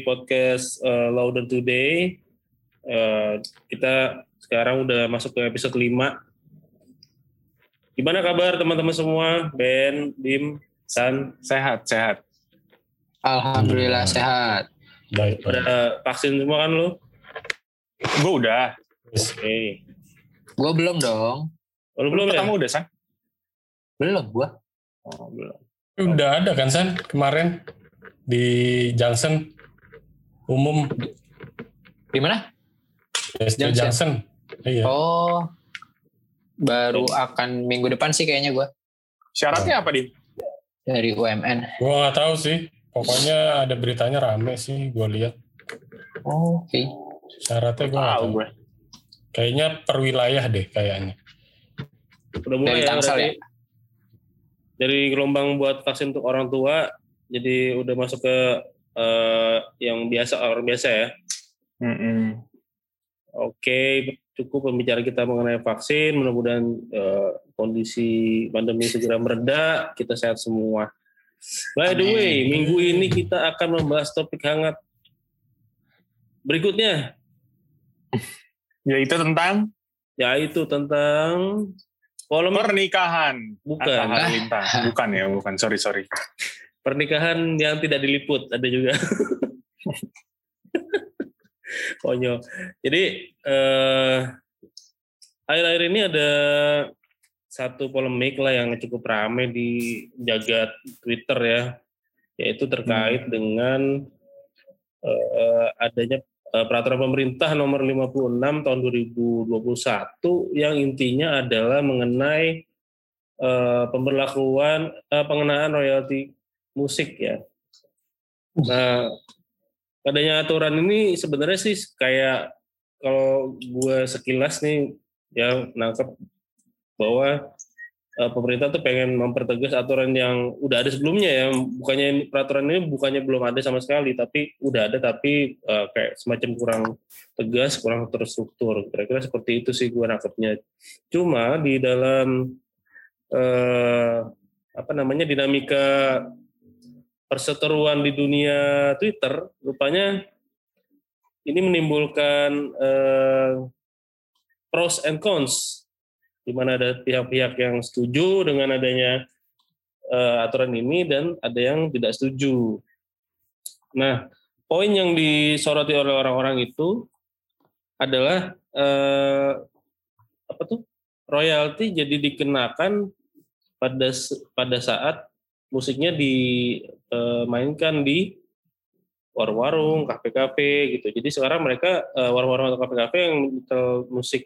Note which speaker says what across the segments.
Speaker 1: podcast Louder Today. Kita sekarang udah masuk ke episode 5. Gimana kabar teman-teman semua? Ben, Bim, San?
Speaker 2: Sehat.
Speaker 3: Alhamdulillah sehat.
Speaker 2: Baik.
Speaker 1: Udah vaksin semua kan lu?
Speaker 2: Gue udah.
Speaker 1: Oke.
Speaker 3: Gue belum dong.
Speaker 1: Lu belum ya?
Speaker 2: Kamu udah, San?
Speaker 3: Belum gue.
Speaker 1: Oh, belum.
Speaker 4: Udah ada kan San kemarin di Junction umum.
Speaker 3: Di mana?
Speaker 4: SD Junction. Iya.
Speaker 3: Oh, baru akan minggu depan sih kayaknya gue.
Speaker 2: Syaratnya apa, Din?
Speaker 3: Dari UMN.
Speaker 4: Gue nggak tahu sih. Pokoknya ada beritanya rame sih. Gue lihat.
Speaker 3: Oh, oke.
Speaker 4: Syaratnya gue nggak tahu.
Speaker 2: Gue.
Speaker 4: Kayaknya per wilayah deh kayaknya.
Speaker 1: Udah mulai
Speaker 3: Dari Tangsel ya?
Speaker 1: Dari gelombang buat vaksin untuk orang tua, jadi udah masuk ke yang biasa, orang biasa ya. Oke, cukup pembicaraan kita mengenai vaksin. Mudah-mudahan kondisi pandemi segera mereda, kita sehat semua. By the way, minggu ini kita akan membahas topik hangat berikutnya.
Speaker 2: Yaitu
Speaker 1: tentang polemik
Speaker 2: pernikahan.
Speaker 1: Bukan.
Speaker 2: Bukan. Sorry.
Speaker 1: Pernikahan yang tidak diliput ada juga. Konyol. Jadi akhir-akhir ini ada satu polemik lah yang cukup ramai di jagat Twitter ya, yaitu terkait dengan adanya peraturan pemerintah nomor 56 tahun 2021 yang intinya adalah mengenai pemberlakuan pengenaan royalti musik ya. Nah, adanya aturan ini sebenarnya sih kayak kalau gue sekilas nih ya nangkep bahwa pemerintah tuh pengen mempertegas aturan yang udah ada sebelumnya ya, bukannya peraturan ini bukannya belum ada sama sekali, tapi udah ada tapi kayak semacam kurang tegas, kurang terstruktur. Kira-kira seperti itu sih gue nangkepnya. Cuma di dalam dinamika perseteruan di dunia Twitter, rupanya ini menimbulkan pros and cons, di mana ada pihak-pihak yang setuju dengan adanya aturan ini dan ada yang tidak setuju. Nah, poin yang disoroti oleh orang-orang itu adalah royalti jadi dikenakan pada saat musiknya dimainkan di warung-warung, kafe-kafe gitu. Jadi sekarang mereka warung-warung atau kafe-kafe yang musik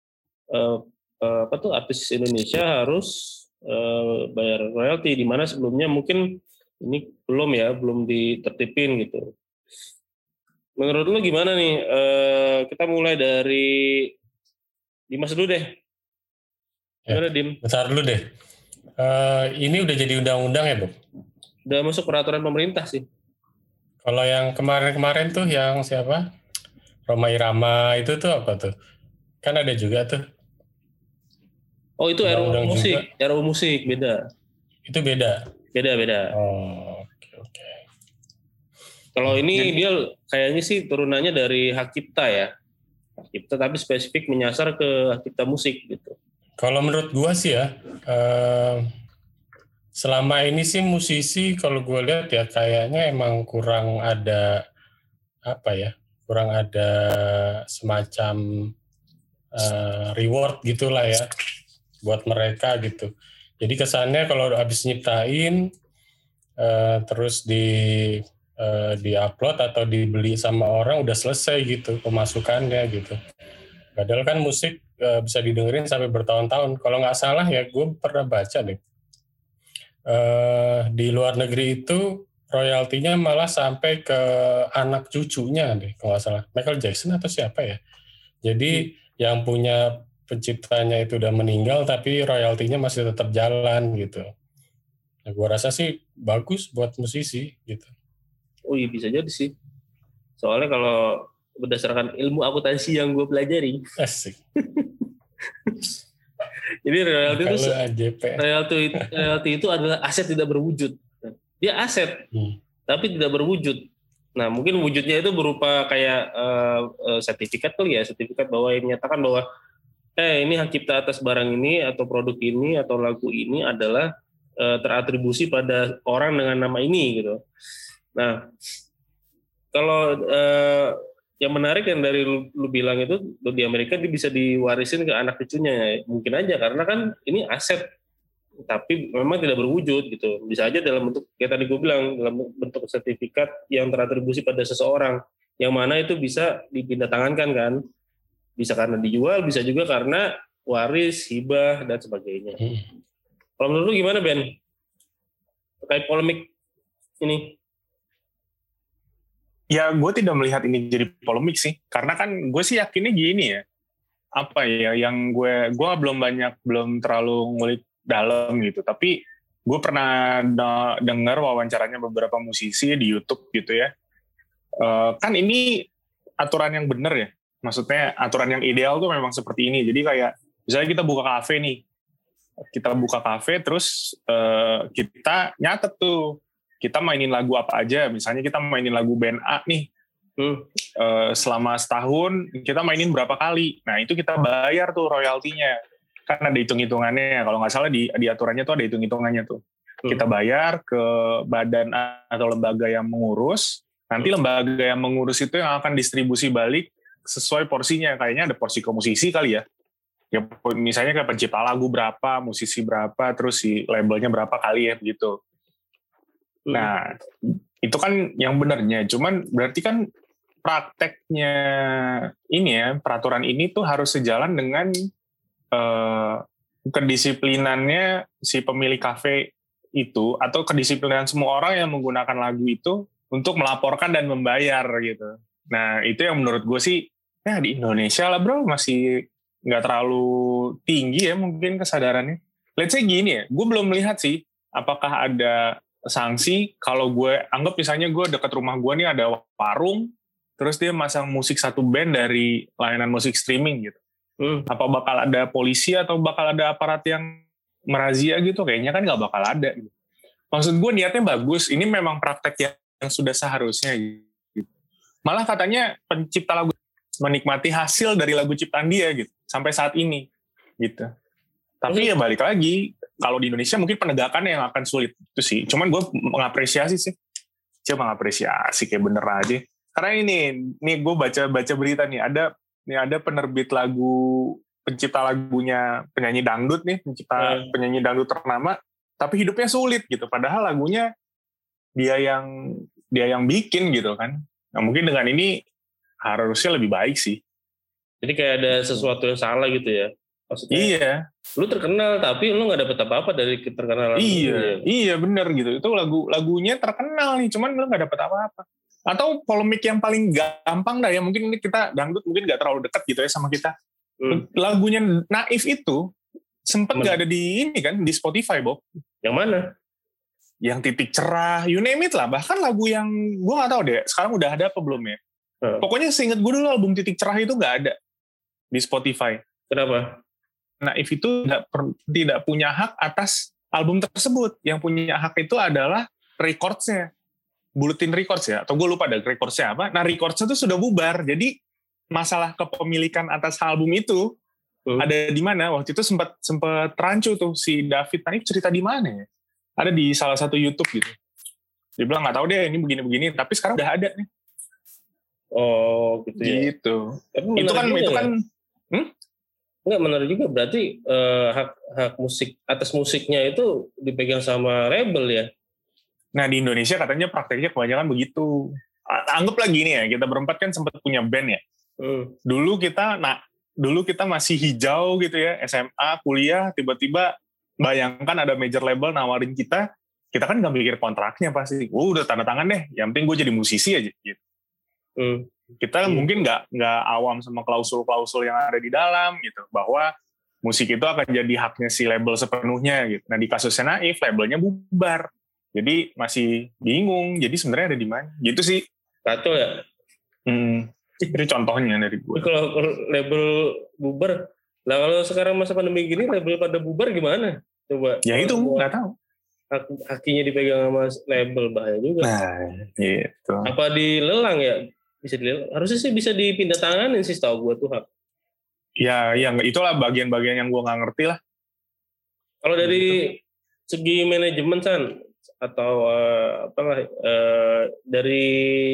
Speaker 1: artis Indonesia harus bayar royalti, di mana sebelumnya mungkin ini belum ditertipin gitu. Menurut lu gimana nih? Kita mulai dari Dimas dulu deh. Gimana, Dim?
Speaker 4: Bentar dulu deh. Ini udah jadi undang-undang ya, Bu?
Speaker 1: Udah masuk peraturan pemerintah sih.
Speaker 4: Kalau yang kemarin-kemarin tuh yang siapa? Rhoma Irama itu tuh apa tuh? Kan ada juga tuh.
Speaker 1: Oh, itu RUU musik. Juga. RUU musik beda.
Speaker 4: Itu beda.
Speaker 1: Beda.
Speaker 4: Oh, oke.
Speaker 1: Kalau ini dia kayaknya sih turunannya dari hak cipta ya. Hak cipta tapi spesifik menyasar ke hak cipta musik gitu.
Speaker 4: Kalau menurut gua sih ya, selama ini sih musisi kalau gua lihat ya kayaknya emang kurang ada semacam reward gitulah ya buat mereka gitu. Jadi kesannya kalau habis nyiptain terus di upload atau dibeli sama orang udah selesai gitu pemasukannya gitu. Padahal kan musik bisa didengerin sampai bertahun-tahun. Kalau nggak salah ya gue pernah baca deh. Di luar negeri itu royaltinya malah sampai ke anak cucunya deh kalau nggak salah. Michael Jackson atau siapa ya. Jadi yang punya penciptanya itu udah meninggal tapi royaltinya masih tetap jalan gitu. Nah, gue rasa sih bagus buat musisi gitu.
Speaker 1: Oh iya bisa jadi sih. Soalnya kalau berdasarkan ilmu akuntansi yang gue pelajari.
Speaker 4: Asik.
Speaker 1: Jadi royalti itu adalah aset tidak berwujud. Dia aset tapi tidak berwujud. Nah, mungkin wujudnya itu berupa kayak sertifikat kali ya, sertifikat bahwa yang menyatakan bahwa ini hak cipta atas barang ini atau produk ini atau lagu ini adalah teratribusi pada orang dengan nama ini gitu. Nah, kalau yang menarik yang dari lu bilang itu di Amerika dia bisa diwarisin ke anak cucunya, mungkin aja karena kan ini aset tapi memang tidak berwujud gitu. Bisa aja dalam bentuk kayak tadi gue bilang dalam bentuk sertifikat yang teratribusi pada seseorang, yang mana itu bisa dipindah tangankan kan, bisa karena dijual, bisa juga karena waris, hibah dan sebagainya. Kalau menurut lu gimana Ben terkait polemik ini?
Speaker 2: Ya gue tidak melihat ini jadi polemik sih, karena kan gue sih yakinnya gini ya, apa ya yang gue belum terlalu ngulik dalam gitu, tapi gue pernah dengar wawancaranya beberapa musisi di YouTube gitu ya. Kan ini aturan yang benar ya, maksudnya aturan yang ideal tuh memang seperti ini. Jadi kayak misalnya kita buka kafe nih, terus kita nyatet tuh kita mainin lagu apa aja. Misalnya kita mainin lagu band A nih, selama setahun kita mainin berapa kali. Nah itu kita bayar tuh royaltinya. Kan ada hitung-hitungannya, kalau nggak salah di aturannya tuh ada hitung-hitungannya tuh. Kita bayar ke badan atau lembaga yang mengurus, nanti lembaga yang mengurus itu yang akan distribusi balik sesuai porsinya. Kayaknya ada porsi ke musisi kali ya. Ya misalnya kayak pencipta lagu berapa, musisi berapa, terus si labelnya berapa kali ya begitu. Nah, itu kan yang benarnya. Cuman berarti kan prakteknya ini ya, peraturan ini tuh harus sejalan dengan kedisiplinannya si pemilik kafe itu atau kedisiplinan semua orang yang menggunakan lagu itu untuk melaporkan dan membayar gitu. Nah itu yang menurut gue sih ya di Indonesia lah bro masih nggak terlalu tinggi ya mungkin kesadarannya. Let's say gini ya, gue belum melihat sih apakah ada sanksi kalau gue anggap misalnya gue dekat rumah gue nih ada warung terus dia masang musik satu band dari layanan musik streaming gitu. Apa bakal ada polisi atau bakal ada aparat yang merazia gitu? Kayaknya kan nggak bakal ada. Gitu. Maksud gue niatnya bagus. Ini memang praktek yang sudah seharusnya. Gitu. Malah katanya pencipta lagu menikmati hasil dari lagu ciptaan dia gitu sampai saat ini. Gitu. Tapi ya balik lagi, kalau di Indonesia mungkin penegakannya yang akan sulit itu sih. Cuman gue mengapresiasi sih. Coba mengapresiasi kayak bener aja. Karena ini gue baca berita nih ada penerbit lagu, pencipta lagunya penyanyi dangdut nih, penyanyi dangdut ternama, tapi hidupnya sulit gitu. Padahal lagunya dia yang bikin gitu kan. Nah mungkin dengan ini harusnya lebih baik sih.
Speaker 1: Jadi kayak ada sesuatu yang salah gitu ya. Maksudnya,
Speaker 2: iya.
Speaker 1: Lu terkenal tapi lu nggak dapet apa-apa dari keterkenalan.
Speaker 2: Iya benar gitu. Itu lagunya terkenal nih, cuman lu nggak dapet apa-apa. Atau polemik yang paling gampang dah ya, mungkin ini kita dangdut mungkin nggak terlalu dekat gitu ya sama kita. Lagunya Naif itu sempat nggak ada di ini kan, di Spotify Bob.
Speaker 1: Yang mana?
Speaker 2: Yang Titik Cerah, you name it lah. Bahkan lagu yang gue nggak tahu deh, sekarang udah ada apa belum ya. Pokoknya seinget gue dulu album Titik Cerah itu nggak ada di Spotify.
Speaker 1: Kenapa?
Speaker 2: Naif itu tidak punya hak atas album tersebut. Yang punya hak itu adalah records-nya. Bulletin Records ya, atau gue lupa ada records-nya apa. Nah records-nya tuh sudah bubar, jadi masalah kepemilikan atas album itu ada di mana? Waktu itu sempat rancu tuh si David Naif cerita di mana ya? Ada di salah satu YouTube gitu. Dia bilang nggak tahu deh ini begini-begini, tapi sekarang udah ada nih.
Speaker 1: Oh gitu ya.
Speaker 2: Gitu. Itu kan.
Speaker 1: Enggak menarik juga berarti hak musik atas musiknya itu dipegang sama label ya.
Speaker 2: Nah di Indonesia katanya prakteknya kebanyakan begitu. Anggap lagi nih ya, kita berempat kan sempat punya band ya. Dulu kita masih hijau gitu ya, SMA, kuliah, tiba-tiba bayangkan ada major label nawarin kita kan nggak mikir kontraknya pasti. Udah tanda tangan deh, yang penting gue jadi musisi aja gitu. Kita mungkin nggak awam sama klausul-klausul yang ada di dalam gitu, bahwa musik itu akan jadi haknya si label sepenuhnya gitu. Nah di kasusnya Naif, labelnya bubar. Jadi masih bingung. Jadi sebenarnya ada di mana? Gitu sih.
Speaker 1: Kacau ya.
Speaker 2: Itu contohnya dari gue.
Speaker 1: Kalau label bubar, lah kalau sekarang masa pandemi gini label pada bubar gimana? Coba.
Speaker 2: Ya itu nggak tahu.
Speaker 1: Hakinya dipegang sama label, bahaya juga.
Speaker 2: Nah, gitu.
Speaker 1: Apa dilelang ya? Bisa dilelang. Harusnya sih bisa dipindah tanganin sih, setahu gue tuh hak.
Speaker 2: Ya, yang itulah bagian-bagian yang gue nggak ngerti lah.
Speaker 1: Kalau dari segi manajemen San, atau dari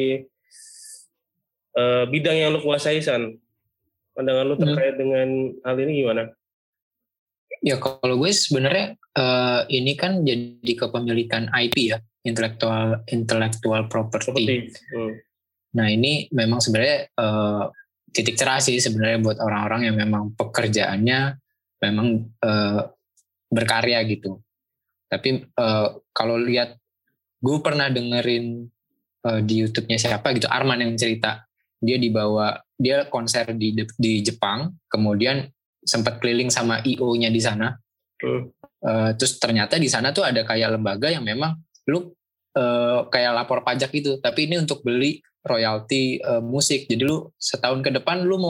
Speaker 1: bidang yang lu kuasai San, pandangan lu terkait dengan hal ini gimana?
Speaker 3: Ya kalau gue sebenarnya ini kan jadi kepemilikan IP ya, intellectual property. Nah ini memang sebenarnya titik cerah sih sebenarnya buat orang-orang yang memang pekerjaannya memang berkarya gitu. Tapi kalau lihat, gue pernah dengerin di YouTube-nya siapa gitu, Arman yang cerita, dia konser di Jepang, kemudian sempat keliling sama IO-nya di sana. Terus ternyata di sana tuh ada kayak lembaga yang memang lu kayak lapor pajak gitu, tapi ini untuk beli royalti musik. Jadi lu setahun ke depan lu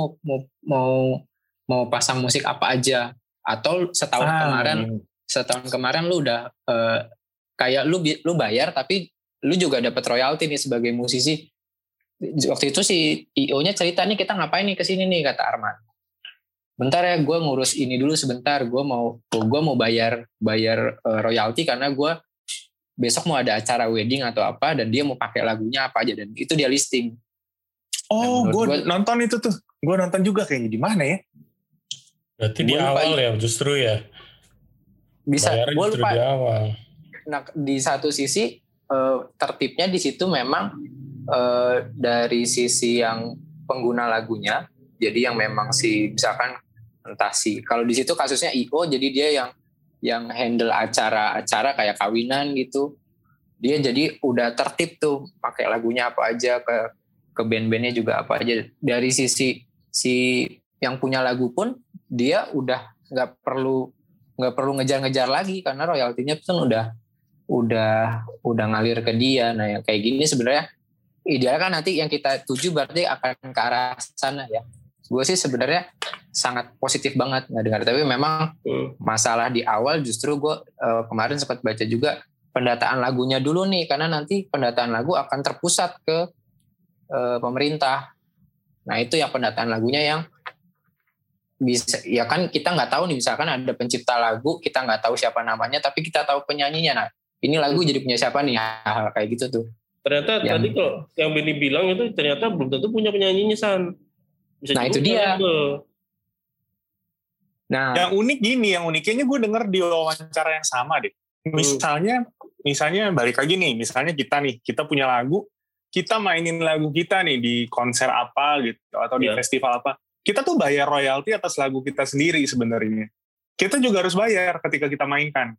Speaker 3: mau pasang musik apa aja, atau setahun kemarin lu udah kayak lu bayar tapi lu juga dapat royalti nih sebagai musisi. Waktu itu si IO-nya cerita, nih kita ngapain nih kesini nih, kata Arman. Bentar ya, gue ngurus ini dulu sebentar. Gue mau bayar royalti karena gue besok mau ada acara wedding atau apa, dan dia mau pakai lagunya apa aja, dan itu dia listing.
Speaker 2: Oh, gue nonton itu tuh. Gue nonton juga kayaknya, di mana ya?
Speaker 4: Berarti di awal ya justru ya.
Speaker 3: Bisa. Gue lupa.
Speaker 4: Di awal.
Speaker 3: Nah, di satu sisi tertibnya di situ memang dari sisi yang pengguna lagunya. Jadi yang memang misalkan entah kalau di situ kasusnya IO, jadi dia yang handle acara-acara kayak kawinan gitu. Dia jadi udah tertib tuh, pakai lagunya apa aja, ke band-bandnya juga apa aja. Dari sisi si yang punya lagu pun dia udah nggak perlu ngejar-ngejar lagi, karena royaltinya pun udah ngalir ke dia. Nah yang kayak gini sebenarnya ideal kan nanti yang kita tuju berarti akan ke arah sana ya. Gue sih sebenarnya sangat positif banget nggak dengar, tapi memang masalah di awal justru gue kemarin sempat baca juga pendataan lagunya dulu nih, karena nanti pendataan lagu akan terpusat ke pemerintah. Nah itu yang pendataan lagunya yang bisa, ya kan kita nggak tahu nih, misalkan ada pencipta lagu kita nggak tahu siapa namanya, tapi kita tahu penyanyinya. Nah ini lagu jadi punya siapa nih, hal kayak gitu tuh.
Speaker 1: Ternyata tadi kalau yang Benny bilang itu ternyata belum tentu punya penyanyinya San. Bisa
Speaker 3: nah itu dia.
Speaker 2: Nah yang unik gini, kayaknya gue denger di wawancara yang sama deh. Misalnya balik lagi nih, misalnya kita punya lagu, kita mainin lagu kita nih di konser apa gitu, atau di festival apa, kita tuh bayar royalti atas lagu kita sendiri sebenarnya. Kita juga harus bayar ketika kita mainkan.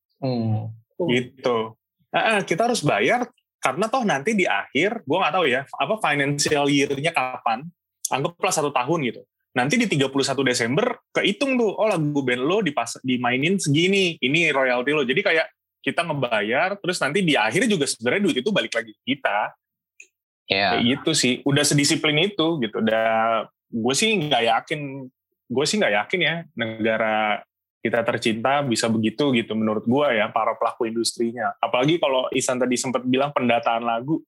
Speaker 2: Gitu. Kita harus bayar, karena toh nanti di akhir, gue nggak tahu ya, apa financial year-nya kapan, anggaplah 1 tahun gitu. Nanti di 31 Desember, kehitung tuh, oh lagu band lo dimainin segini, ini royalti lo. Jadi kayak kita ngebayar, terus nanti di akhir juga sebenarnya duit itu balik lagi ke kita. Kayak gitu sih, udah sedisiplin itu gitu. Dan gue sih nggak yakin ya negara kita tercinta bisa begitu gitu menurut gue ya, para pelaku industrinya. Apalagi kalau Isan tadi sempat bilang pendataan lagu,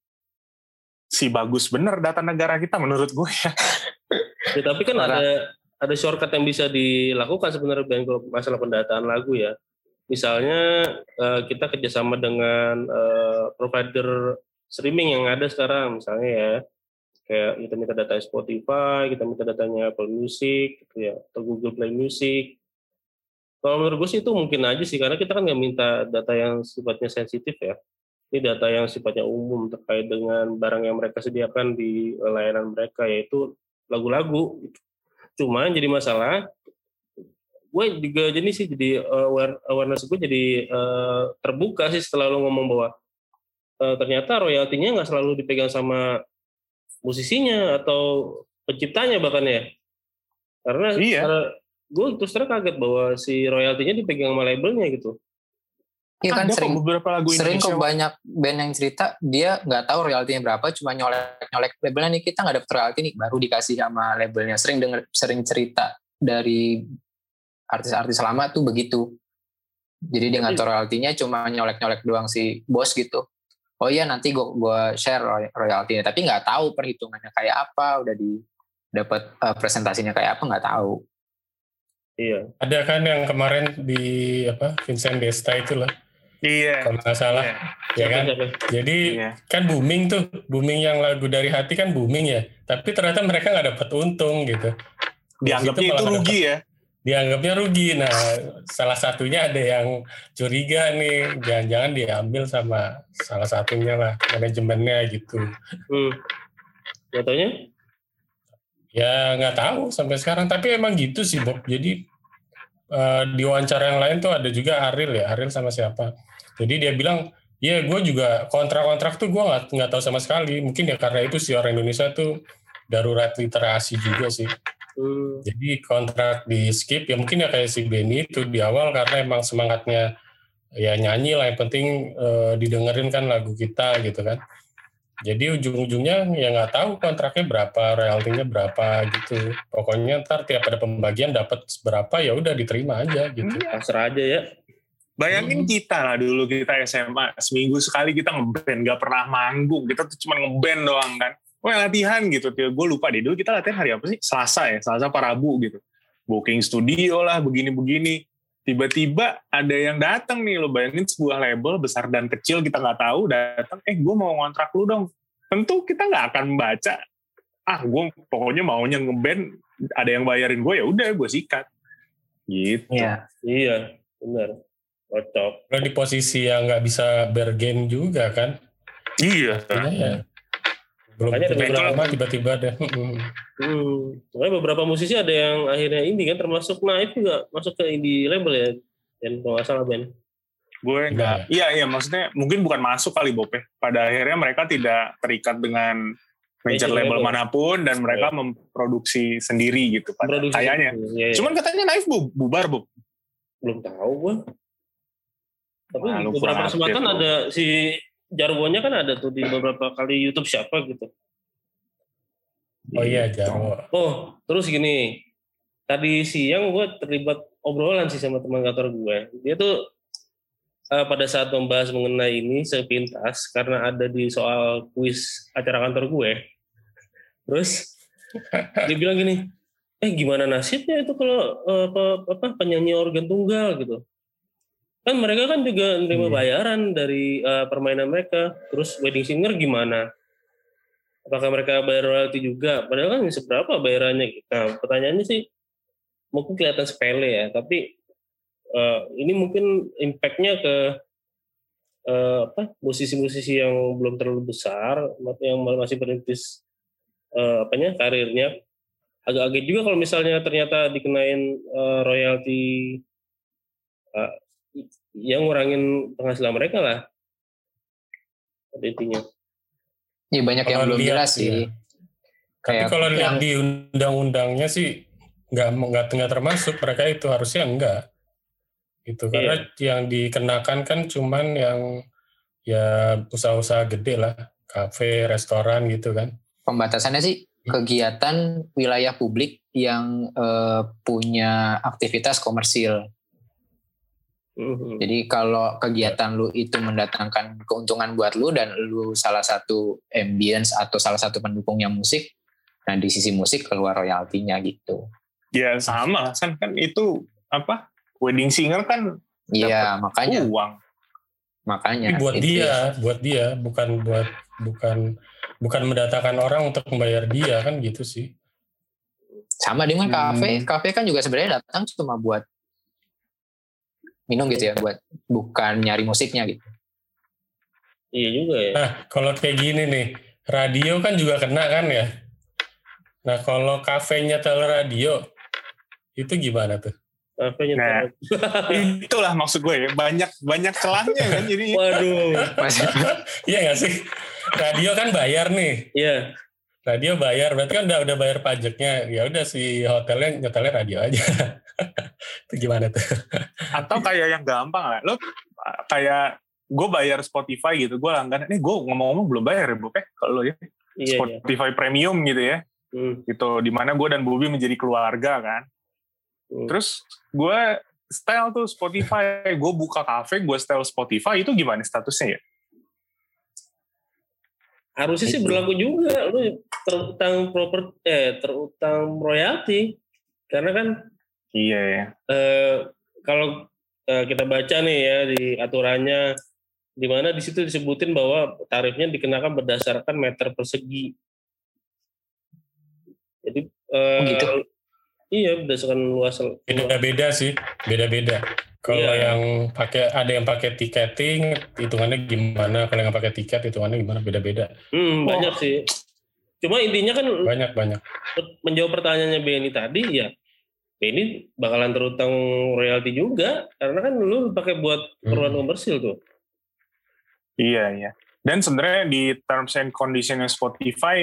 Speaker 2: bagus bener data negara kita menurut gue ya.
Speaker 1: Ya tapi kan ada shortcut yang bisa dilakukan sebenarnya kalau masalah pendataan lagu ya. Misalnya kita kerjasama dengan provider streaming yang ada sekarang, misalnya ya, kayak kita minta data Spotify, kita minta datanya Apple Music gitu ya, atau Google Play Music. Kalau menurut gue sih itu mungkin aja sih, karena kita kan nggak minta data yang sifatnya sensitif ya. Ini data yang sifatnya umum terkait dengan barang yang mereka sediakan di layanan mereka, yaitu lagu-lagu. Cuman jadi masalah, gue juga jadi awareness gue jadi terbuka sih setelah lo ngomong bahwa ternyata royaltinya nggak selalu dipegang sama musisinya atau penciptanya bahkan ya. Karena gue terus terang kaget bahwa si royaltinya dipegang sama labelnya gitu.
Speaker 3: Iya kan,
Speaker 2: beberapa lagu
Speaker 3: sering kok banyak band yang cerita dia nggak tahu royaltinya berapa, cuma nyolek labelnya nih, kita nggak dapet royalti nih, baru dikasih sama labelnya. Sering cerita dari artis-artis lama tuh begitu. Jadi dia ngatur royaltinya cuma nyolek-nyolek doang si bos gitu. Oh iya nanti gue share royaltinya, tapi nggak tahu perhitungannya kayak apa, udah dapat presentasinya kayak apa nggak tahu.
Speaker 1: Iya.
Speaker 4: Ada kan yang kemarin di Vincent Desta itu loh.
Speaker 2: Iya.
Speaker 4: Kalau nggak salah, ya kan. Jadi kan booming yang lagu Dari Hati kan booming ya. Tapi ternyata mereka nggak dapat untung gitu.
Speaker 2: Dianggapnya itu rugi ya.
Speaker 4: Dianggapnya rugi. Nah, salah satunya ada yang curiga nih, jangan-jangan diambil sama salah satunya lah, manajemennya gitu.
Speaker 1: Katanya?
Speaker 4: Ya nggak tahu sampai sekarang, tapi emang gitu sih Bob. Jadi di wawancara yang lain tuh ada juga Ariel sama siapa. Jadi dia bilang, ya gue juga kontrak tuh gue nggak tahu sama sekali. Mungkin ya karena itu sih orang Indonesia tuh darurat literasi juga sih. Jadi kontrak di skip ya mungkin ya kayak si Benny itu di awal karena emang semangatnya ya nyanyi lah, yang penting didengerin kan lagu kita gitu kan. Jadi ujung-ujungnya ya nggak tahu kontraknya berapa, royaltinya berapa gitu. Pokoknya ntar tiap ada pembagian dapat berapa ya udah diterima aja gitu.
Speaker 1: Pasrah aja ya.
Speaker 2: Bayangin kita lah dulu kita SMA seminggu sekali kita ngeband, nggak pernah manggung, kita tuh cuma ngeband doang kan. Latihan gitu, gue lupa deh dulu kita latihan hari apa sih? Selasa apa Rabu gitu. Booking studio lah, begini-begini. Tiba-tiba ada yang datang nih, lo bayangin sebuah label besar dan kecil kita nggak tahu datang, gue mau ngontrak lu dong. Tentu kita nggak akan membaca. Gue pokoknya maunya ngeband, ada yang bayarin gue ya udah gue sikat. Gitu.
Speaker 1: Iya, benar. Cocok.
Speaker 4: Lo di posisi yang nggak bisa bergen juga kan?
Speaker 2: Iya.
Speaker 4: Ya. Belum tiba-tiba ada.
Speaker 1: Makanya beberapa musisi ada yang akhirnya indie kan, termasuk Naif juga masuk ke indie label ya, dan kalau nggak salah band.
Speaker 2: Gue nggak. Iya maksudnya mungkin bukan masuk kali Bob ya. Pada akhirnya mereka tidak terikat dengan major label manapun dan mereka memproduksi sendiri gitu pada kayaknya. Ya. Cuman katanya Naif bubar Bob.
Speaker 1: Belum tahu gue. Tapi beberapa kesempatan ada si Jarwonya kan ada tuh di beberapa kali YouTube siapa gitu.
Speaker 4: Oh iya Jarwo.
Speaker 1: Oh terus gini, tadi siang gue terlibat obrolan sih sama teman kantor gue. Dia tuh pada saat membahas mengenai ini sepintas karena ada di soal kuis acara kantor gue. Terus dia bilang gini, gimana nasibnya itu kalau penyanyi organ tunggal gitu. Kan mereka kan juga menerima bayaran dari permainan mereka. Terus wedding singer gimana? Apakah mereka bayar royalti juga? Padahal kan seberapa bayarannya? Nah, pertanyaannya sih mungkin kelihatan sepele ya, tapi ini mungkin impact-nya ke musisi-musisi yang belum terlalu besar, yang masih berintis karirnya. Agak-agak juga kalau misalnya ternyata dikenain royalti yang ngurangin penghasilan mereka lah. Intinya.
Speaker 3: Ya banyak yang belum jelas sih.
Speaker 4: Tapi kalau lihat di undang-undangnya sih nggak termasuk mereka itu, harusnya enggak. Itu karena yang dikenakan kan cuman yang ya usaha-usaha gede lah, kafe, restoran gitu kan.
Speaker 3: Pembatasannya sih kegiatan wilayah publik yang punya aktivitas komersil. Jadi kalau kegiatan lu itu mendatangkan keuntungan buat lu dan lu salah satu ambience atau salah satu pendukungnya musik, nah di sisi musik keluar royaltinya gitu.
Speaker 2: Ya sama kan itu wedding singer kan
Speaker 3: iya makanya
Speaker 2: uang.
Speaker 4: Makanya buat dia bukan mendatangkan orang untuk membayar dia kan gitu sih.
Speaker 3: Sama dengan kafe kan juga sebenarnya datang cuma buat minum gitu ya, bukan nyari musiknya gitu.
Speaker 1: Iya juga ya.
Speaker 4: Nah kalau kayak gini nih, radio kan juga kena kan ya. Nah kalau kafenya nyetel radio itu gimana tuh?
Speaker 2: Nah, itulah maksud gue ya, banyak celahnya kan jadi.
Speaker 1: Waduh.
Speaker 4: Iya nggak sih? Radio kan bayar nih.
Speaker 1: Iya.
Speaker 4: Radio bayar, berarti kan udah bayar pajaknya. Ya udah si hotelnya nyetelnya radio aja. Itu gimana tuh?
Speaker 2: Atau kayak yang gampang lah. Lo kayak gue bayar Spotify gitu, gue langganan. Gue ngomong-ngomong belum bayar ya, Bu. Kalau lo ya. Iya, Spotify Premium gitu ya. Gitu, dimana gue dan Bobi menjadi keluarga kan. Terus gue setel tuh Spotify. Gue buka kafe, gue setel Spotify, itu gimana statusnya ya?
Speaker 1: Harusnya sih berlaku juga, lu terutang royalti, karena kan
Speaker 2: Iya ya.
Speaker 1: Kalau kita baca nih ya di aturannya, di mana di situ disebutin bahwa tarifnya dikenakan berdasarkan meter persegi. Jadi
Speaker 3: gitu.
Speaker 1: Iya, berdasarkan luas.
Speaker 4: Beda-beda sih, beda-beda. Kalau yang ada yang pakai tiketing, hitungannya gimana? Kalau yang pakai tiket, hitungannya gimana? Beda-beda.
Speaker 1: Banyak sih. Cuma intinya kan
Speaker 4: banyak.
Speaker 1: Menjawab pertanyaannya Benny tadi, ya Benny bakalan terutang royalti juga, karena kan lu pakai buat keperluan komersil tuh.
Speaker 2: Iya. Dan sebenarnya di terms and condition Spotify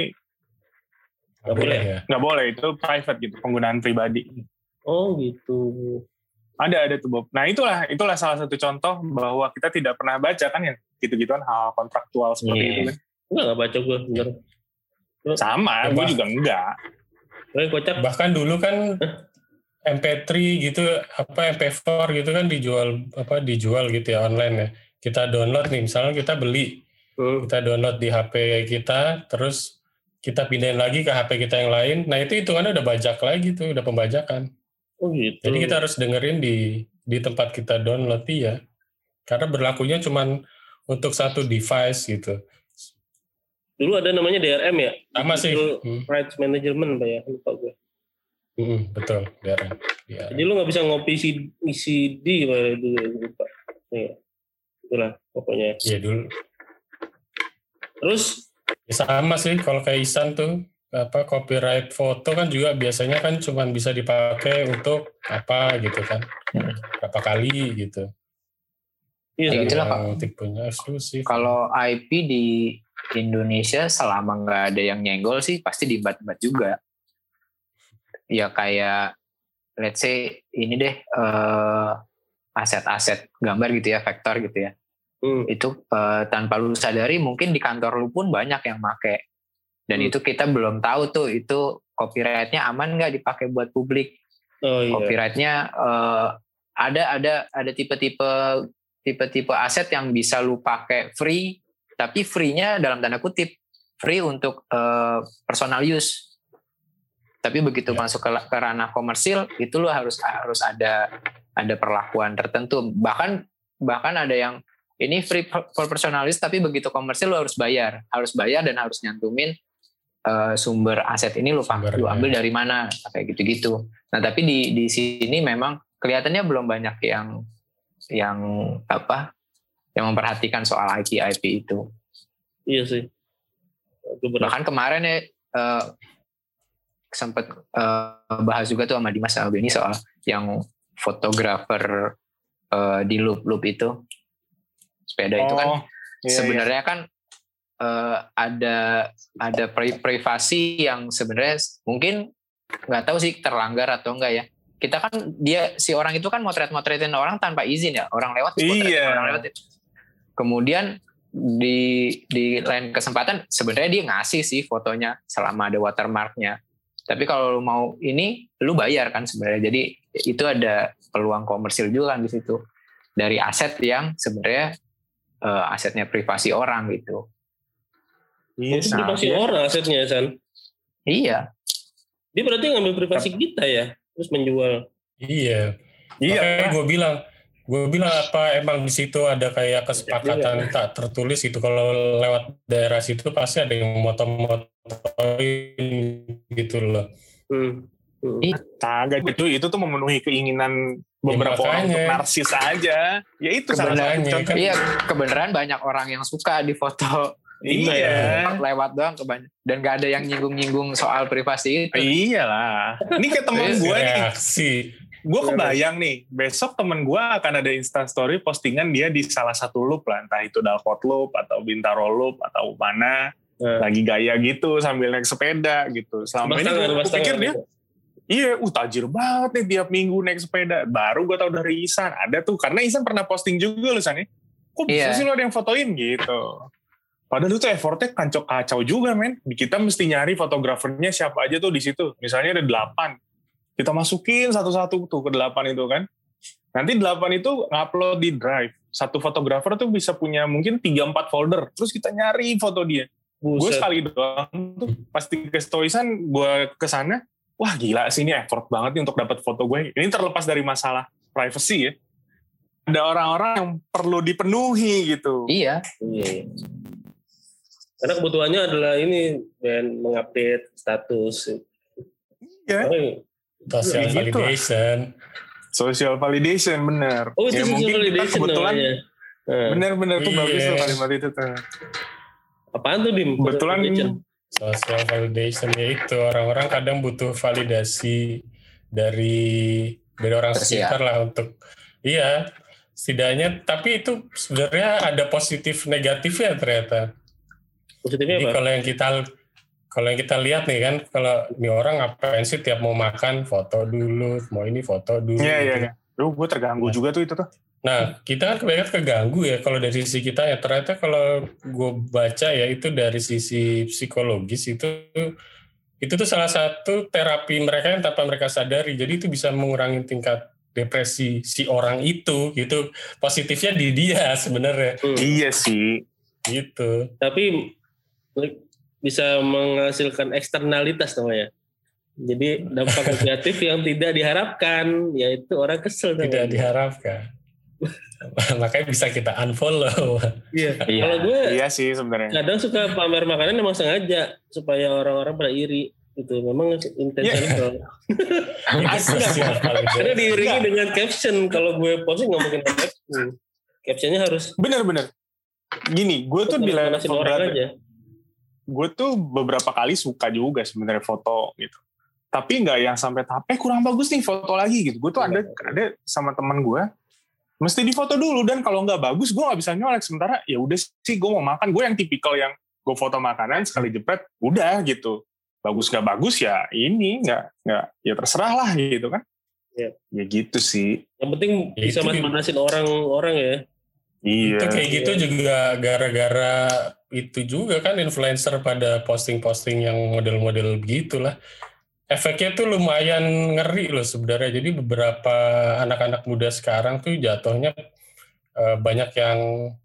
Speaker 2: nggak boleh, itu private gitu, penggunaan pribadi.
Speaker 1: Oh gitu.
Speaker 2: Ada tuh Bob. Nah itulah salah satu contoh bahwa kita tidak pernah baca kan ya gitu-gituan hal kontraktual seperti itu kan.
Speaker 1: Nggak baca gue bener.
Speaker 2: Sama, gue juga enggak.
Speaker 1: Kocak.
Speaker 4: Bahkan dulu kan MP3 gitu, MP4 gitu kan dijual gitu ya online ya. Kita download nih, misalnya kita beli, kita download di HP kita, terus kita pindahin lagi ke HP kita yang lain. Nah itu hitungannya udah bajak lagi tuh, udah pembajakan.
Speaker 1: Oh gitu.
Speaker 4: Jadi kita harus dengerin di tempat kita download ya. Karena berlakunya cuman untuk satu device gitu.
Speaker 1: Dulu ada namanya DRM ya?
Speaker 4: Sama sih.
Speaker 1: Rights Management Pak ya, lupa gue.
Speaker 4: Betul, DRM.
Speaker 1: Jadi lu nggak bisa ngopi CD dulu, lupa. Iya. Itulah pokoknya.
Speaker 4: Iya dulu.
Speaker 1: Terus?
Speaker 4: Ya sama sih, kalau kayak Isan tuh, copyright foto kan juga biasanya kan cuma bisa dipakai untuk apa gitu kan, berapa kali gitu.
Speaker 3: Iya, itulah Pak.
Speaker 4: Tipenya eksklusif.
Speaker 3: Kalau IP di Indonesia selama nggak ada yang nyenggol sih pasti dibat-bat juga. Ya kayak let's say ini deh aset-aset gambar gitu ya, vektor gitu ya. Itu tanpa lu sadari mungkin di kantor lu pun banyak yang make. Dan itu kita belum tahu tuh itu copyright-nya aman nggak dipakai buat publik.
Speaker 1: Oh, iya.
Speaker 3: Copyright-nya ada tipe-tipe aset yang bisa lu pakai free, tapi free-nya dalam tanda kutip free untuk personal use. Tapi begitu masuk ke ranah komersil itu lu harus ada perlakuan tertentu. Bahkan ada yang ini free for personal use tapi begitu komersil lu harus bayar dan harus nyantumin sumber aset ini lu ambil dari mana kayak gitu-gitu. Nah tapi di sini memang kelihatannya belum banyak yang memperhatikan soal IP itu.
Speaker 1: Iya sih.
Speaker 3: Bahkan kemarin ya sempat bahas juga tuh sama Dimas sama Benny soal yang fotografer di loop itu sepeda itu kan sebenarnya kan ada privasi yang sebenarnya mungkin nggak tahu sih terlanggar atau enggak ya. Kita kan si orang itu kan motretin orang tanpa izin ya, orang lewat orang lewat. Kemudian di lain kesempatan sebenarnya dia ngasih sih fotonya selama ada watermarknya. Tapi kalau lu mau ini lu bayar kan sebenarnya. Jadi itu ada peluang komersil juga kan di situ dari aset yang sebenarnya asetnya privasi orang gitu.
Speaker 1: Iya, privasi orang asetnya, San.
Speaker 3: Iya.
Speaker 1: Dia berarti ngambil privasi kita ya, terus menjual.
Speaker 4: Iya. Makanya gue bilang apa emang di situ ada kayak kesepakatan tak tertulis gitu. Kalau lewat daerah situ pasti ada yang moto-motoin gitu loh.
Speaker 2: Kagak gitu, itu tuh memenuhi keinginan beberapa orang untuk narsis aja. Ya itu salah satu contoh.
Speaker 3: Iya, kebenaran banyak orang yang suka di foto.
Speaker 2: Iya.
Speaker 3: Lewat doang dan gak ada yang nyinggung-nyinggung soal privasi itu.
Speaker 2: Iyalah. Ini kayak temen gue nih. Gue kebayang nih, besok temen gue akan ada Instastory postingan dia di salah satu loop lah. Entah itu Dalkot Loop atau Bintaro Loop atau mana. Lagi gaya gitu sambil naik sepeda gitu. Selama ini gue pikir dia, iya tajir banget nih tiap minggu naik sepeda. Baru gue tahu dari Isan. Ada tuh, karena Isan pernah posting juga loh San. Kok bisa sih lo ada yang fotoin gitu. Padahal itu effortnya kacau juga men. Kita mesti nyari fotografernya siapa aja tuh di situ. Misalnya ada 8. Kita masukin satu-satu tuh ke 8 itu kan. Nanti 8 itu ngupload di Drive. Satu fotografer tuh bisa punya mungkin 3-4 folder. Terus kita nyari foto dia. Gue sekali doang tuh pasti ke Stoisan, gue kesana, wah gila sih ini effort banget nih untuk dapat foto gue. Ini terlepas dari masalah privacy ya. Ada orang-orang yang perlu dipenuhi gitu.
Speaker 3: Iya.
Speaker 1: Karena kebutuhannya adalah ini dan mengupdate status.
Speaker 2: Iya.
Speaker 4: Social validation.
Speaker 2: Social validation bener.
Speaker 1: Oh itu
Speaker 2: ya,
Speaker 1: social validation
Speaker 2: kebetulan. Bener-bener tuh bagus tuh kalimat itu tuh.
Speaker 1: Apaan tuh Dim?
Speaker 2: Kebetulan
Speaker 4: social validation ya itu orang-orang kadang butuh validasi dari orang sekitar lah untuk setidaknya, tapi itu sebenarnya ada positif negatifnya ternyata.
Speaker 1: Positifnya
Speaker 4: apa? Kalau yang kita lihat nih kan, kalau ini orang ngapain sih tiap mau makan foto dulu, mau ini foto dulu.
Speaker 2: Iya. Duh, gue terganggu juga tuh itu tuh.
Speaker 4: Nah, kita kan kebanyakan keganggu ya kalau dari sisi kita ya. Ternyata kalau gue baca ya itu dari sisi psikologis itu tuh salah satu terapi mereka yang tanpa mereka sadari. Jadi itu bisa mengurangi tingkat depresi si orang itu gitu. Positifnya di dia sebenarnya.
Speaker 2: Iya sih.
Speaker 4: Gitu.
Speaker 1: Tapi bisa menghasilkan eksternalitas namanya. Jadi dampak negatif yang tidak diharapkan, yaitu orang kesel.
Speaker 4: Tidak diharapkan. Makanya bisa kita unfollow.
Speaker 1: Iya. Kalau gue
Speaker 2: sih sebenarnya.
Speaker 1: Kadang suka pamer makanan memang sengaja supaya orang-orang pada iri. Itu memang intentional. Karena diiringi dengan caption. Kalau gue posting nggak mungkin caption. Captionnya harus.
Speaker 2: Bener. Gini, gue tuh di level
Speaker 1: orang aja.
Speaker 2: Gue tuh beberapa kali suka juga sebenarnya foto gitu. Tapi nggak yang sampai kurang bagus nih foto lagi gitu. Gue tuh ada sama teman gue. Mesti difoto dulu, dan kalau nggak bagus gue nggak bisa nyolek. Sementara ya udah sih gue mau makan, gue yang tipikal yang gue foto makanan sekali jepret udah gitu. Bagus nggak bagus ya ini nggak ya terserah lah gitu kan. Ya gitu sih.
Speaker 1: Yang penting bisa mas-manasin orang-orang ya.
Speaker 2: Iya.
Speaker 4: Itu kayak gitu juga gara-gara itu juga kan influencer pada posting-posting yang model-model begitulah. Efeknya tuh lumayan ngeri loh sebenarnya. Jadi beberapa anak-anak muda sekarang tuh jatuhnya banyak yang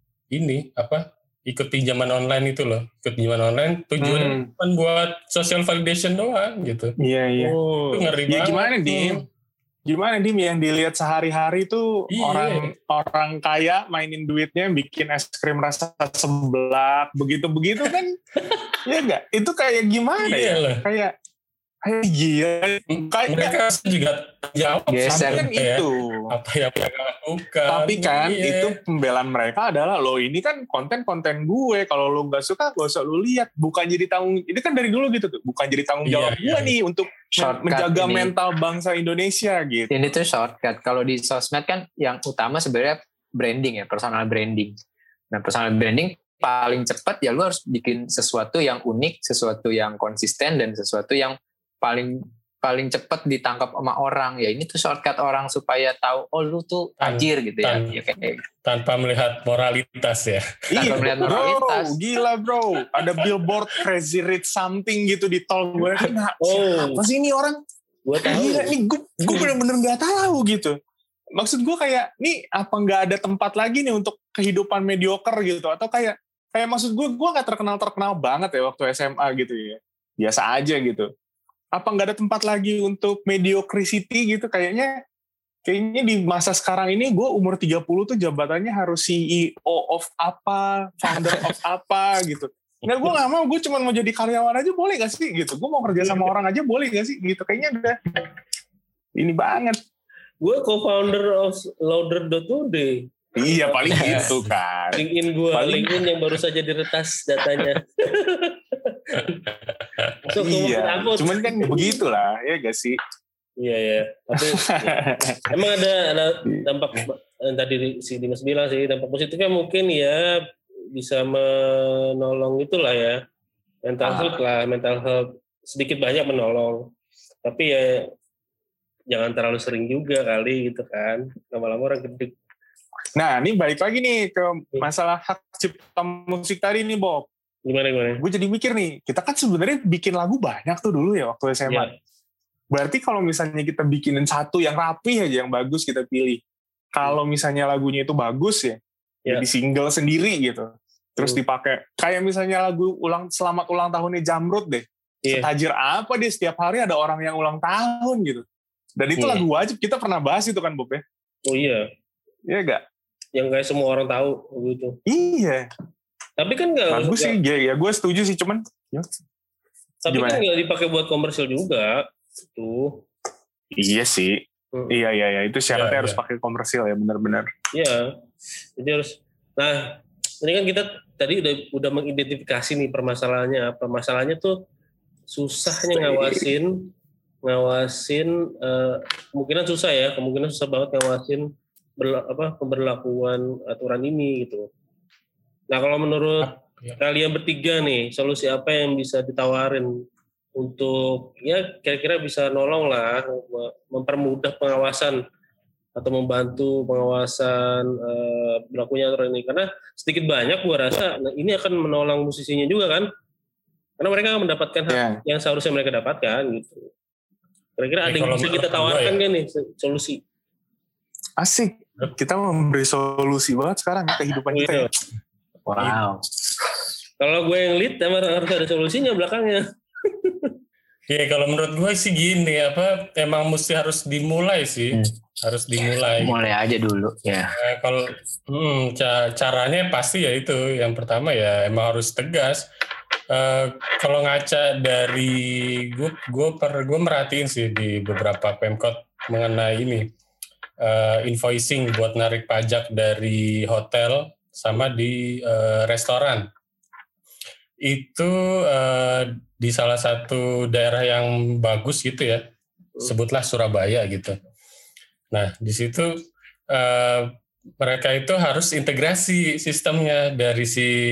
Speaker 4: ikut pinjaman online itu loh. Ikut pinjaman online tujuannya cuma buat social validation doang gitu.
Speaker 2: Iya.
Speaker 4: Itu ngeri banget.
Speaker 2: Gimana Dim yang dilihat sehari-hari tuh orang kaya mainin duitnya bikin es krim rasa seblak begitu-begitu kan. Ya enggak? Itu kayak gimana ya? Kayak gila.
Speaker 4: Mereka juga jawab
Speaker 2: kan itu.
Speaker 4: Apa yang mereka lakukan.
Speaker 2: Tapi kan itu pembelaan mereka adalah lo ini kan konten-konten gue. Kalau lo nggak suka gak usah lo lihat. Bukan jadi tanggung. Ini kan dari dulu gitu tuh. Bukan jadi tanggung jawab gue nih untuk menjaga mental bangsa Indonesia gitu.
Speaker 3: Ini tuh shortcut. Kalau di sosmed kan yang utama sebenarnya branding ya, personal branding. Nah personal branding paling cepat ya lo harus bikin sesuatu yang unik, sesuatu yang konsisten, dan sesuatu yang paling cepat ditangkap sama orang. Ya ini tuh shortcut orang supaya tahu lu tuh tajir gitu ya.
Speaker 4: Tanpa melihat moralitas ya.
Speaker 3: Tanpa melihat moralitas.
Speaker 2: Gila bro. Ada billboard crazy rich something gitu di tol gue. Apa sih ini orang?
Speaker 1: Gue tahu.
Speaker 2: Gila nih gue bener-bener gak tahu gitu. Maksud gue kayak nih apa gak ada tempat lagi nih untuk kehidupan mediocre gitu. Atau kayak maksud gue gak terkenal banget ya waktu SMA gitu ya. Biasa aja gitu. Apa nggak ada tempat lagi untuk mediocrity gitu? Kayaknya di masa sekarang ini gue umur 30 tuh jabatannya harus CEO of apa, founder of apa gitu. Nggak, gue nggak mau, gue cuma mau jadi karyawan aja boleh gak sih gitu. Gue mau kerja sama orang aja boleh gak sih gitu. Kayaknya udah ini banget.
Speaker 1: Gue co-founder of Louder.today.
Speaker 2: Iya paling gitu kan.
Speaker 1: LinkedIn yang baru saja diretas datanya.
Speaker 2: Iya, cuman kan begitulah ya gak sih?
Speaker 1: Iya. Tapi emang ada dampak tadi si Dimas bilang sih, dampak positifnya mungkin ya bisa menolong itulah ya, mental health sedikit banyak menolong. Tapi ya jangan terlalu sering juga kali gitu kan, lama-lama orang gede.
Speaker 2: Nah, ini balik lagi nih ke masalah hak cipta musik tadi nih, Bob.
Speaker 1: Gimana?
Speaker 2: Gue jadi mikir nih, kita kan sebenarnya bikin lagu banyak tuh dulu ya waktu SMA. Berarti kalau misalnya kita bikinin satu yang rapi aja, yang bagus kita pilih. Kalau misalnya lagunya itu bagus ya, jadi single sendiri gitu. Terus dipakai. Kayak misalnya lagu selamat ulang tahunnya Jamrud deh. Setajir apa dia, setiap hari ada orang yang ulang tahun gitu. Dan itu lagu wajib, kita pernah bahas itu kan Bob ya?
Speaker 1: Oh iya.
Speaker 2: Iya gak?
Speaker 1: Yang gak semua orang tahu gitu.
Speaker 2: Iya.
Speaker 1: Tapi kan gak...
Speaker 2: Bagus sih, ya gue setuju sih, cuman...
Speaker 1: Tapi gimana? Kan gak dipakai buat komersil juga. Tuh.
Speaker 2: Iya sih. Iya. Itu syaratnya harus pakai komersil ya, benar-benar.
Speaker 1: Iya. Jadi harus... Nah, ini kan kita tadi udah mengidentifikasi nih permasalahannya. Permasalahannya tuh susahnya ngawasin kemungkinan susah banget ngawasin pemberlakuan aturan ini gitu. Nah kalau menurut kalian bertiga nih, solusi apa yang bisa ditawarin untuk ya kira-kira bisa nolong lah, mempermudah pengawasan atau membantu pengawasan berlakunya aturan ini, karena sedikit banyak gua rasa ini akan menolong musisinya juga kan, karena mereka akan mendapatkan hak yang seharusnya mereka dapatkan gitu. Kira-kira ada yang bisa kita tawarkan kan nih solusi?
Speaker 2: Asik, kita memberi solusi banget sekarang ya kehidupan kita. Ya.
Speaker 3: Wow.
Speaker 1: Kalau gue yang lead, harus ada solusinya belakangnya.
Speaker 4: Iya, kalau menurut gue sih gini, emang mesti harus dimulai sih, harus dimulai.
Speaker 3: Mulai aja dulu, ya.
Speaker 4: Kalau caranya pasti ya itu, yang pertama ya emang harus tegas. Kalau ngaca dari gue merhatiin sih di beberapa Pemkot mengenai ini invoicing buat narik pajak dari hotel sama di restoran. Itu di salah satu daerah yang bagus gitu ya, sebutlah Surabaya gitu. Nah di situ mereka itu harus integrasi sistemnya dari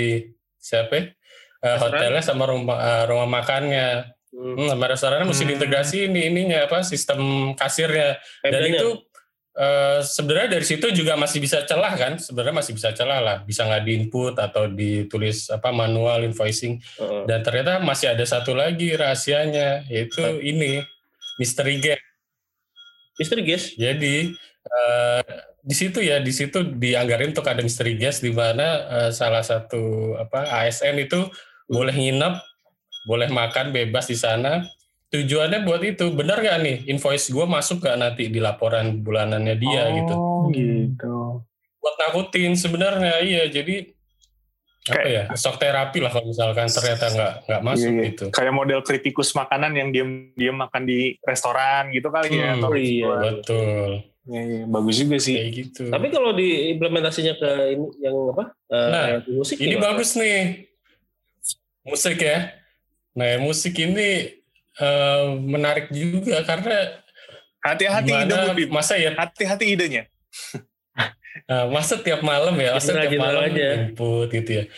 Speaker 4: hotelnya sama rumah makannya, sama restorannya mesti diintegrasi ininya sistem kasirnya. Dan itu sebenarnya dari situ juga masih bisa celah kan, bisa nggak diinput atau ditulis manual invoicing. Dan ternyata masih ada satu lagi rahasianya, yaitu ini mystery guest. Jadi di situ dianggarin untuk ada mystery guest, di mana salah satu ASN itu boleh nginep, boleh makan bebas di sana. Tujuannya buat itu, benar nggak nih invoice gue masuk nggak nanti di laporan bulanannya dia gitu. Buat nakutin sebenarnya, iya. Jadi shock terapi lah kalau misalkan ternyata nggak masuk gitu.
Speaker 2: Kayak model kritikus makanan yang dia makan di restoran gitu kali ya.
Speaker 4: Betul.
Speaker 2: Ya, bagus juga sih.
Speaker 4: Kayak gitu.
Speaker 1: Tapi kalau diimplementasinya ke ini yang musik
Speaker 4: ini gimana? Bagus nih. Musik ya. Nah, musik ini menarik juga karena
Speaker 2: hati-hati ide
Speaker 4: masa ya
Speaker 2: hati-hati idenya.
Speaker 4: Masa tiap malam ya, input gitu ya.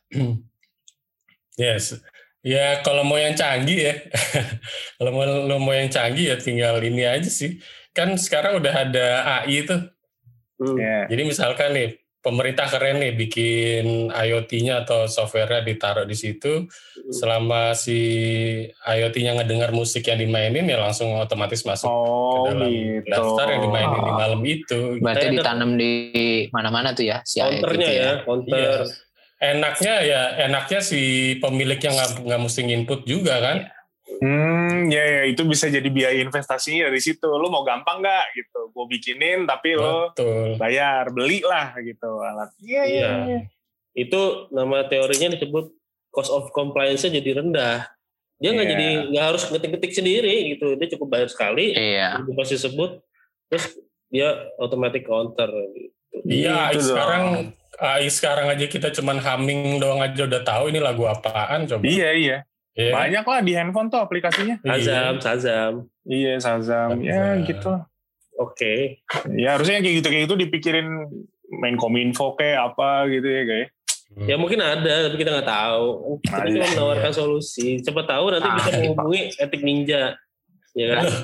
Speaker 4: Yes. Ya kalau mau yang canggih ya. Kalau mau yang canggih ya tinggal ini aja sih. Kan sekarang udah ada AI tuh. Jadi misalkan nih pemerintah keren nih bikin IoT-nya atau software-nya ditaruh di situ. Selama si IoT-nya ngedengar musik yang dimainin ya langsung otomatis masuk ke dalam daftar yang dimainin di malam itu.
Speaker 3: Berarti ditanam di mana-mana tuh ya si
Speaker 1: counternya ya, counter.
Speaker 4: Iya. Enaknya si pemiliknya nggak mesti input juga kan.
Speaker 2: Ya itu bisa jadi biaya investasinya dari situ. Lo mau gampang nggak gitu? Gue bikinin tapi lo bayar, belilah gitu alat. Iya.
Speaker 1: Itu nama teorinya disebut cost of compliance-nya jadi rendah. Dia nggak harus ngetik-ngetik sendiri gitu. Dia cukup bayar sekali. Itu pasti sebut. Terus dia automatic counter gitu.
Speaker 4: Iya. Sekarang aja kita cuman humming doang aja udah tahu ini lagu apaan coba.
Speaker 2: Iya. Banyak lah di handphone tuh aplikasinya.
Speaker 1: Shazam.
Speaker 2: Iya, Shazam. Ya gitu.
Speaker 1: Oke.
Speaker 2: Ya harusnya kayak gitu dipikirin main Kominfo kayak apa gitu ya guys.
Speaker 1: Ya mungkin ada, tapi kita nggak tahu. Kita cuma menawarkan solusi. Coba tahu nanti bisa menghubungi Etik Ninja. Ya kan?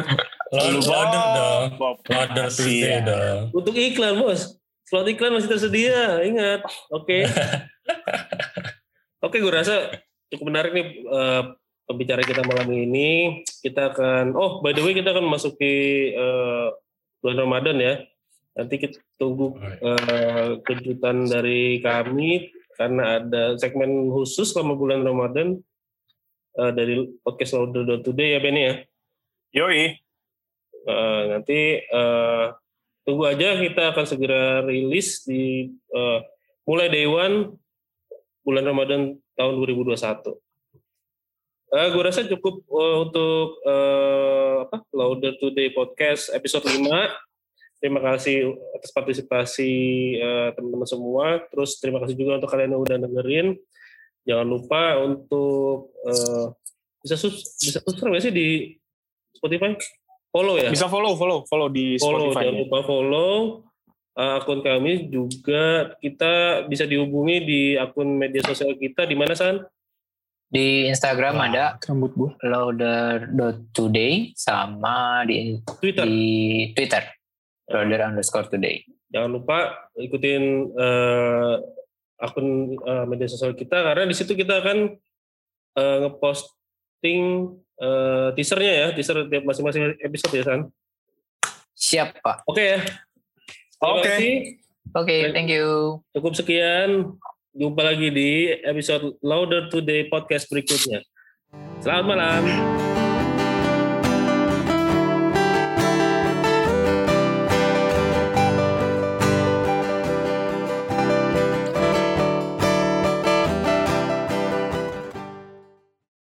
Speaker 4: Order Tuesday dong.
Speaker 1: Untuk iklan bos. Slot iklan masih tersedia. Ingat. Oke. Oke, gue rasa cukup menarik nih pembicara kita malam ini. Kita akan, by the way kita akan memasuki bulan Ramadan ya. Nanti kita tunggu kejutan dari kami karena ada segmen khusus selama bulan Ramadan dari podcast Louder Today ya Benny ya.
Speaker 2: Yoi.
Speaker 1: Nanti tunggu aja, kita akan segera rilis di mulai day one bulan Ramadan tahun 2021. Gue rasa cukup untuk Louder Today Podcast episode 5. Terima kasih atas partisipasi teman-teman semua. Terus terima kasih juga untuk kalian yang udah dengerin. Jangan lupa untuk bisa subscribe sih di Spotify. Follow ya.
Speaker 2: Bisa follow di Spotify.
Speaker 1: Jangan lupa follow akun kami juga. Kita bisa dihubungi di akun media sosial kita di mana San?
Speaker 3: Di Instagram ada louder.today sama di Twitter. louder_today. Jangan lupa ikutin akun media sosial kita karena di situ kita akan ngeposting teasernya ya, teaser tiap masing-masing episode ya San. Siap Pak.
Speaker 1: Oke ya.
Speaker 3: Oke, thank you.
Speaker 1: Cukup sekian. Jumpa lagi di episode Louder Today Podcast berikutnya. Selamat malam.